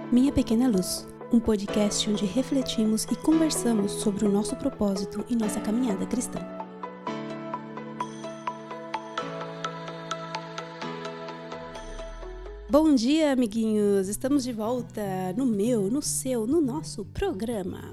Minha Pequena Luz, um podcast onde refletimos e conversamos sobre o nosso propósito e nossa caminhada cristã. Bom dia, amiguinhos! Estamos de volta no nosso programa.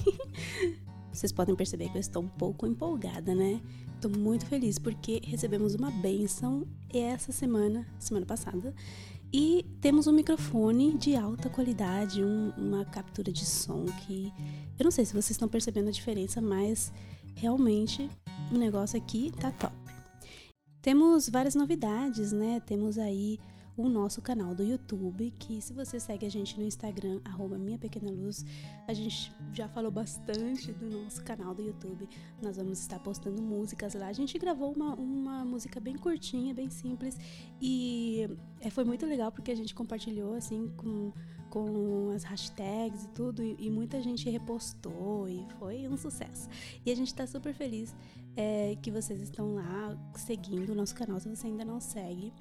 Vocês podem perceber que eu estou um pouco empolgada, né? Estou muito feliz porque recebemos uma bênção essa semana passada, e temos um microfone de alta qualidade, uma captura de som que eu não sei se vocês estão percebendo a diferença, mas realmente o negócio aqui tá top. Temos várias novidades, né? Temos aí o nosso canal do YouTube, que se você segue a gente no Instagram, @minhapequenaluz, a gente já falou bastante do nosso canal do YouTube. Nós vamos estar postando músicas lá. A gente gravou uma música bem curtinha, bem simples, e foi muito legal porque a gente compartilhou assim com as hashtags e tudo, e muita gente repostou e foi um sucesso. E a gente tá super feliz que vocês estão lá seguindo o nosso canal. Se você ainda não segue,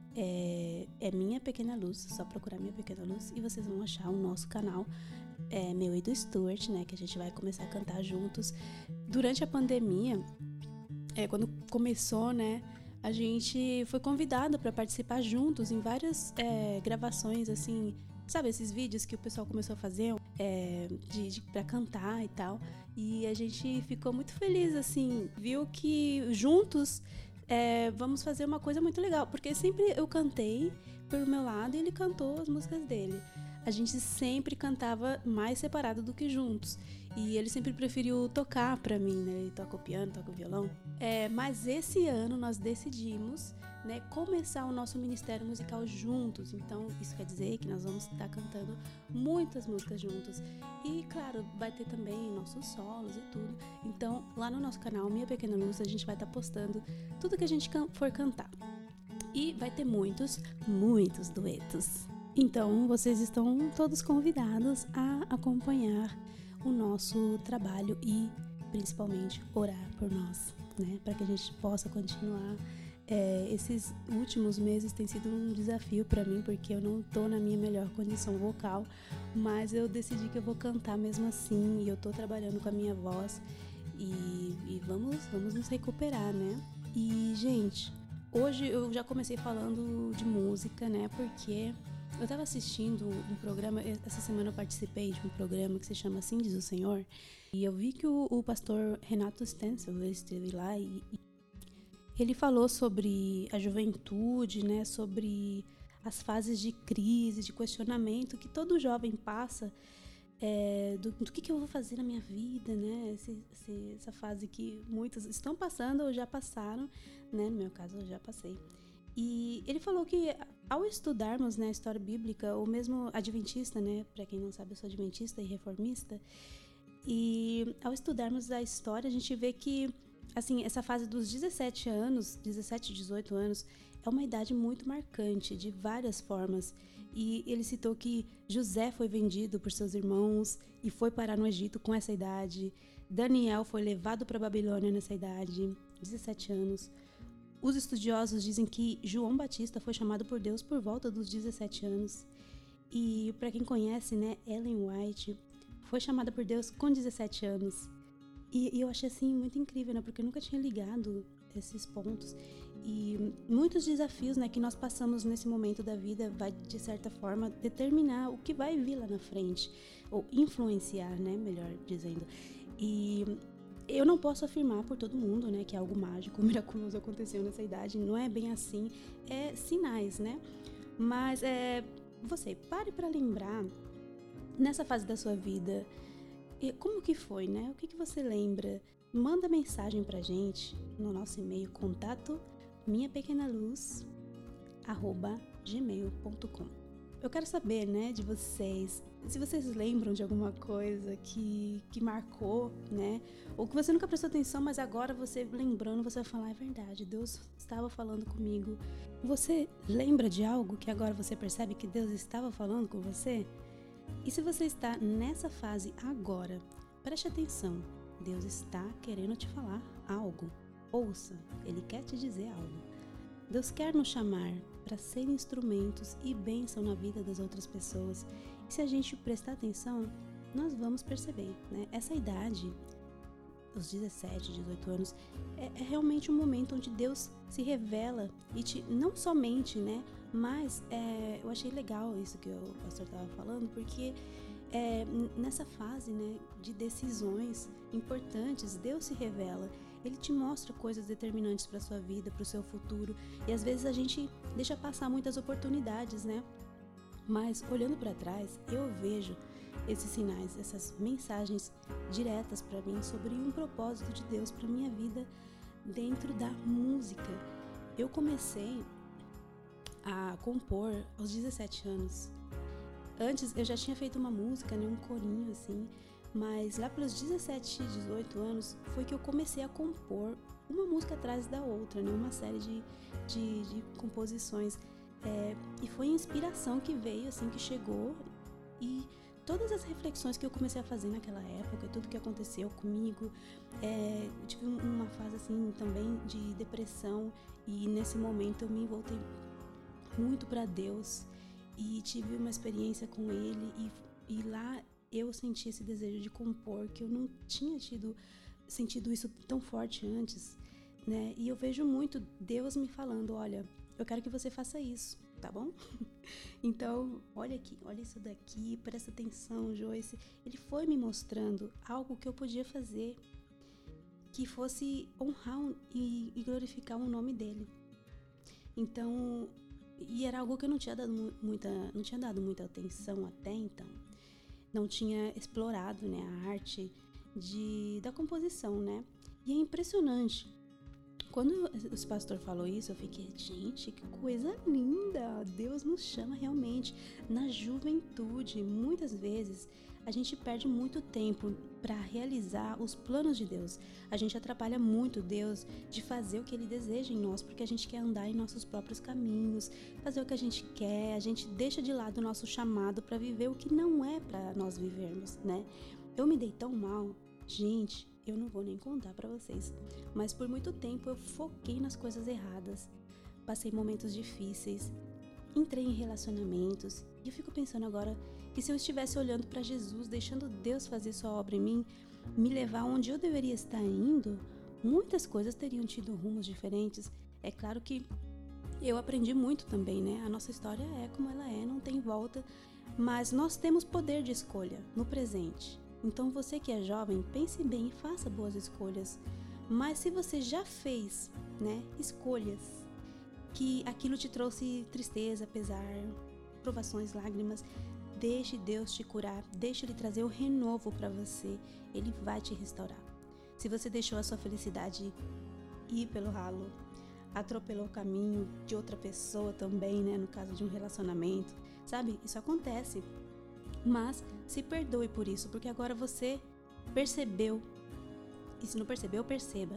é Minha Pequena Luz, só procurar Minha Pequena Luz e vocês vão achar o nosso canal, meu e do Stuart, né, que a gente vai começar a cantar juntos. Durante a pandemia, quando começou, né, a gente foi convidado para participar juntos em várias gravações, assim, sabe, esses vídeos que o pessoal começou a fazer pra cantar e tal, e a gente ficou muito feliz, assim, viu que juntos vamos fazer uma coisa muito legal, porque sempre eu cantei pelo meu lado e ele cantou as músicas dele. A gente sempre cantava mais separado do que juntos, e ele sempre preferiu tocar pra mim, né? Ele toca o piano, toca o violão. Mas esse ano nós decidimos, né, começar o nosso ministério musical juntos. Então isso quer dizer que nós vamos estar cantando muitas músicas juntos, e claro, vai ter também nossos solos e tudo. Então lá no nosso canal Minha Pequena Luz a gente vai estar postando tudo que a gente for cantar, e vai ter muitos duetos. Então vocês estão todos convidados a acompanhar o nosso trabalho e principalmente orar por nós, né, para que a gente possa continuar. Esses últimos meses tem sido um desafio para mim, porque eu não tô na minha melhor condição vocal, mas eu decidi que eu vou cantar mesmo assim, e eu tô trabalhando com a minha voz, e vamos nos recuperar, né? E, gente, hoje eu já comecei falando de música, né, porque eu tava assistindo um programa, essa semana eu participei de um programa que se chama Assim Diz o Senhor, e eu vi que o pastor Renato Stencil esteve lá, e ele falou sobre a juventude, né, sobre as fases de crise, de questionamento que todo jovem passa, do que eu vou fazer na minha vida, né, essa fase que muitos estão passando ou já passaram, né, no meu caso eu já passei. E ele falou que ao estudarmos, né, a história bíblica, ou mesmo adventista, né, para quem não sabe eu sou adventista e reformista, e ao estudarmos a história a gente vê que, assim, essa fase dos 17 anos, 17, 18 anos, é uma idade muito marcante, de várias formas. E ele citou que José foi vendido por seus irmãos e foi parar no Egito com essa idade. Daniel foi levado para a Babilônia nessa idade, 17 anos. Os estudiosos dizem que João Batista foi chamado por Deus por volta dos 17 anos. E para quem conhece, né, Ellen White foi chamada por Deus com 17 anos. E eu achei assim muito incrível, né? Porque eu nunca tinha ligado esses pontos. E muitos desafios, né, que nós passamos nesse momento da vida vai, de certa forma, determinar o que vai vir lá na frente. Ou influenciar, né? Melhor dizendo. E eu não posso afirmar por todo mundo, né, que algo mágico, miraculoso aconteceu nessa idade. Não é bem assim. É sinais, né? Mas você pare para lembrar, nessa fase da sua vida, como que foi, né? O que você lembra? Manda mensagem pra gente no nosso e-mail, contato minhapequenaluz@gmail.com. Eu quero saber, né, de vocês, se vocês lembram de alguma coisa que marcou, né? Ou que você nunca prestou atenção, mas agora você lembrando, você vai falar, é verdade, Deus estava falando comigo. Você lembra de algo que agora você percebe que Deus estava falando com você? E se você está nessa fase agora, preste atenção, Deus está querendo te falar algo. Ouça, Ele quer te dizer algo. Deus quer nos chamar para ser instrumentos e bênção na vida das outras pessoas. E se a gente prestar atenção, nós vamos perceber, né? Essa idade, os 17, 18 anos, é realmente um momento onde Deus se revela e não somente, né? Mas eu achei legal isso que o pastor estava falando, porque nessa fase, né, de decisões importantes, Deus se revela. Ele te mostra coisas determinantes para a sua vida, para o seu futuro. E às vezes a gente deixa passar muitas oportunidades, né? Mas olhando para trás, eu vejo esses sinais, essas mensagens diretas para mim sobre um propósito de Deus para minha vida dentro da música. Eu comecei a compor aos 17 anos. Antes eu já tinha feito uma música, né, um corinho assim, mas lá pelos 17, 18 anos foi que eu comecei a compor uma música atrás da outra, né, uma série de composições. E foi a inspiração que veio, assim, que chegou, e todas as reflexões que eu comecei a fazer naquela época, tudo que aconteceu comigo, eu tive uma fase assim também de depressão, e nesse momento eu me voltei muito para Deus e tive uma experiência com Ele, e lá eu senti esse desejo de compor, que eu não tinha sentido isso tão forte antes, né? E eu vejo muito Deus me falando, olha, eu quero que você faça isso, tá bom? Então, olha aqui, olha isso daqui, presta atenção, Joyce. Ele foi me mostrando algo que eu podia fazer que fosse honrar e glorificar o nome dele. Então, e era algo que eu não tinha dado muita atenção até então. Não tinha explorado, né, a arte da composição, né? E é impressionante. Quando o pastor falou isso, eu fiquei, gente, que coisa linda! Deus nos chama realmente na juventude. Muitas vezes a gente perde muito tempo para realizar os planos de Deus. A gente atrapalha muito Deus de fazer o que Ele deseja em nós, porque a gente quer andar em nossos próprios caminhos, fazer o que a gente quer, a gente deixa de lado o nosso chamado para viver o que não é para nós vivermos, né? Eu me dei tão mal, gente, eu não vou nem contar pra vocês, mas por muito tempo eu foquei nas coisas erradas, passei momentos difíceis, entrei em relacionamentos, e eu fico pensando agora que se eu estivesse olhando pra Jesus, deixando Deus fazer sua obra em mim, me levar onde eu deveria estar indo, muitas coisas teriam tido rumos diferentes. É claro que eu aprendi muito também, né? A nossa história é como ela é, não tem volta, mas nós temos poder de escolha no presente. Então você que é jovem, pense bem e faça boas escolhas. Mas se você já fez, né, escolhas que aquilo te trouxe tristeza, pesar, provações, lágrimas, deixe Deus te curar, deixe Ele trazer o renovo para você. Ele vai te restaurar. Se você deixou a sua felicidade ir pelo ralo, atropelou o caminho de outra pessoa também, né, no caso de um relacionamento, sabe? Isso acontece. Mas se perdoe por isso, porque agora você percebeu. E se não percebeu, perceba.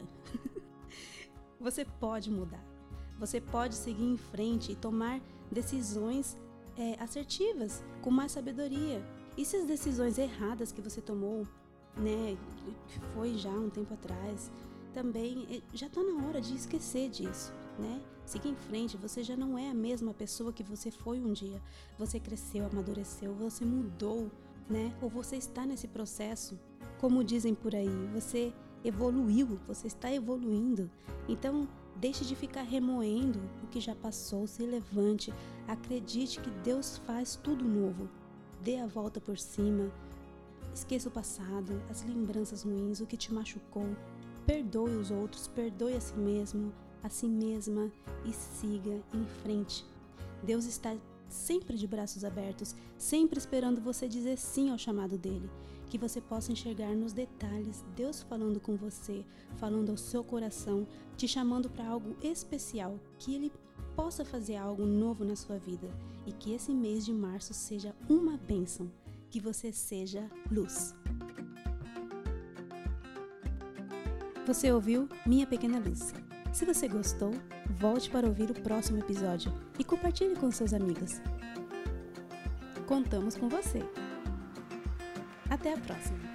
Você pode mudar. Você pode seguir em frente e tomar decisões assertivas, com mais sabedoria. E se as decisões erradas que você tomou, né, que foi já um tempo atrás, também já está na hora de esquecer disso, né? Seguir em frente, você já não é a mesma pessoa que você foi um dia. Você cresceu, amadureceu, você mudou, né? Ou você está nesse processo, como dizem por aí, você evoluiu, você está evoluindo. Então, deixe de ficar remoendo o que já passou, se levante, acredite que Deus faz tudo novo. Dê a volta por cima, esqueça o passado, as lembranças ruins, o que te machucou. Perdoe os outros, perdoe a si mesmo, a si mesma e siga em frente. Deus está sempre de braços abertos, sempre esperando você dizer sim ao chamado dele. Que você possa enxergar nos detalhes Deus falando com você, falando ao seu coração, te chamando para algo especial, que ele possa fazer algo novo na sua vida e que esse mês de março seja uma bênção, que você seja luz. Você ouviu Minha Pequena Luz. Se você gostou, volte para ouvir o próximo episódio e compartilhe com seus amigos. Contamos com você. Até a próxima!